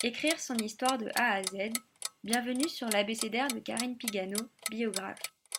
Écrire son histoire de A à Z. Bienvenue sur l'abécédaire de Karine Pigano, biographe.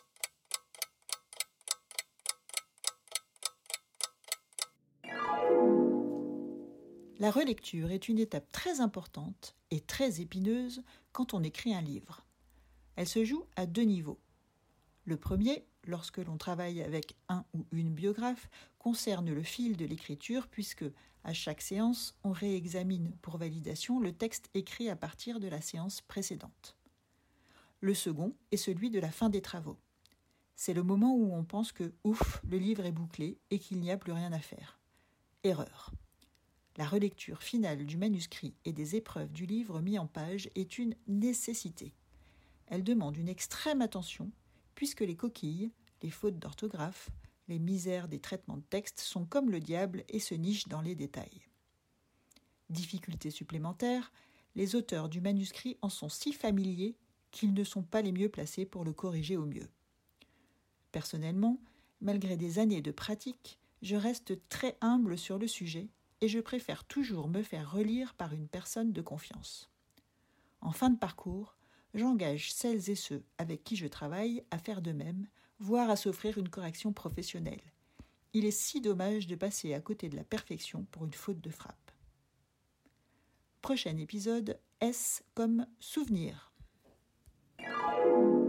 La relecture est une étape très importante et très épineuse quand on écrit un livre. Elle se joue à 2 niveaux. Le premier, lorsque l'on travaille avec un ou une biographe, concerne le fil de l'écriture puisque, à chaque séance, on réexamine pour validation le texte écrit à partir de la séance précédente. Le second est celui de la fin des travaux. C'est le moment où on pense que, ouf, le livre est bouclé et qu'il n'y a plus rien à faire. Erreur. La relecture finale du manuscrit et des épreuves du livre mis en page est une nécessité. Elle demande une extrême attention puisque les coquilles, les fautes d'orthographe, les misères des traitements de texte sont comme le diable et se nichent dans les détails. Difficulté supplémentaire, les auteurs du manuscrit en sont si familiers qu'ils ne sont pas les mieux placés pour le corriger au mieux. Personnellement, malgré des années de pratique, je reste très humble sur le sujet et je préfère toujours me faire relire par une personne de confiance. En fin de parcours, j'engage celles et ceux avec qui je travaille à faire de même, voire à s'offrir une correction professionnelle. Il est si dommage de passer à côté de la perfection pour une faute de frappe. Prochain épisode, S comme souvenir.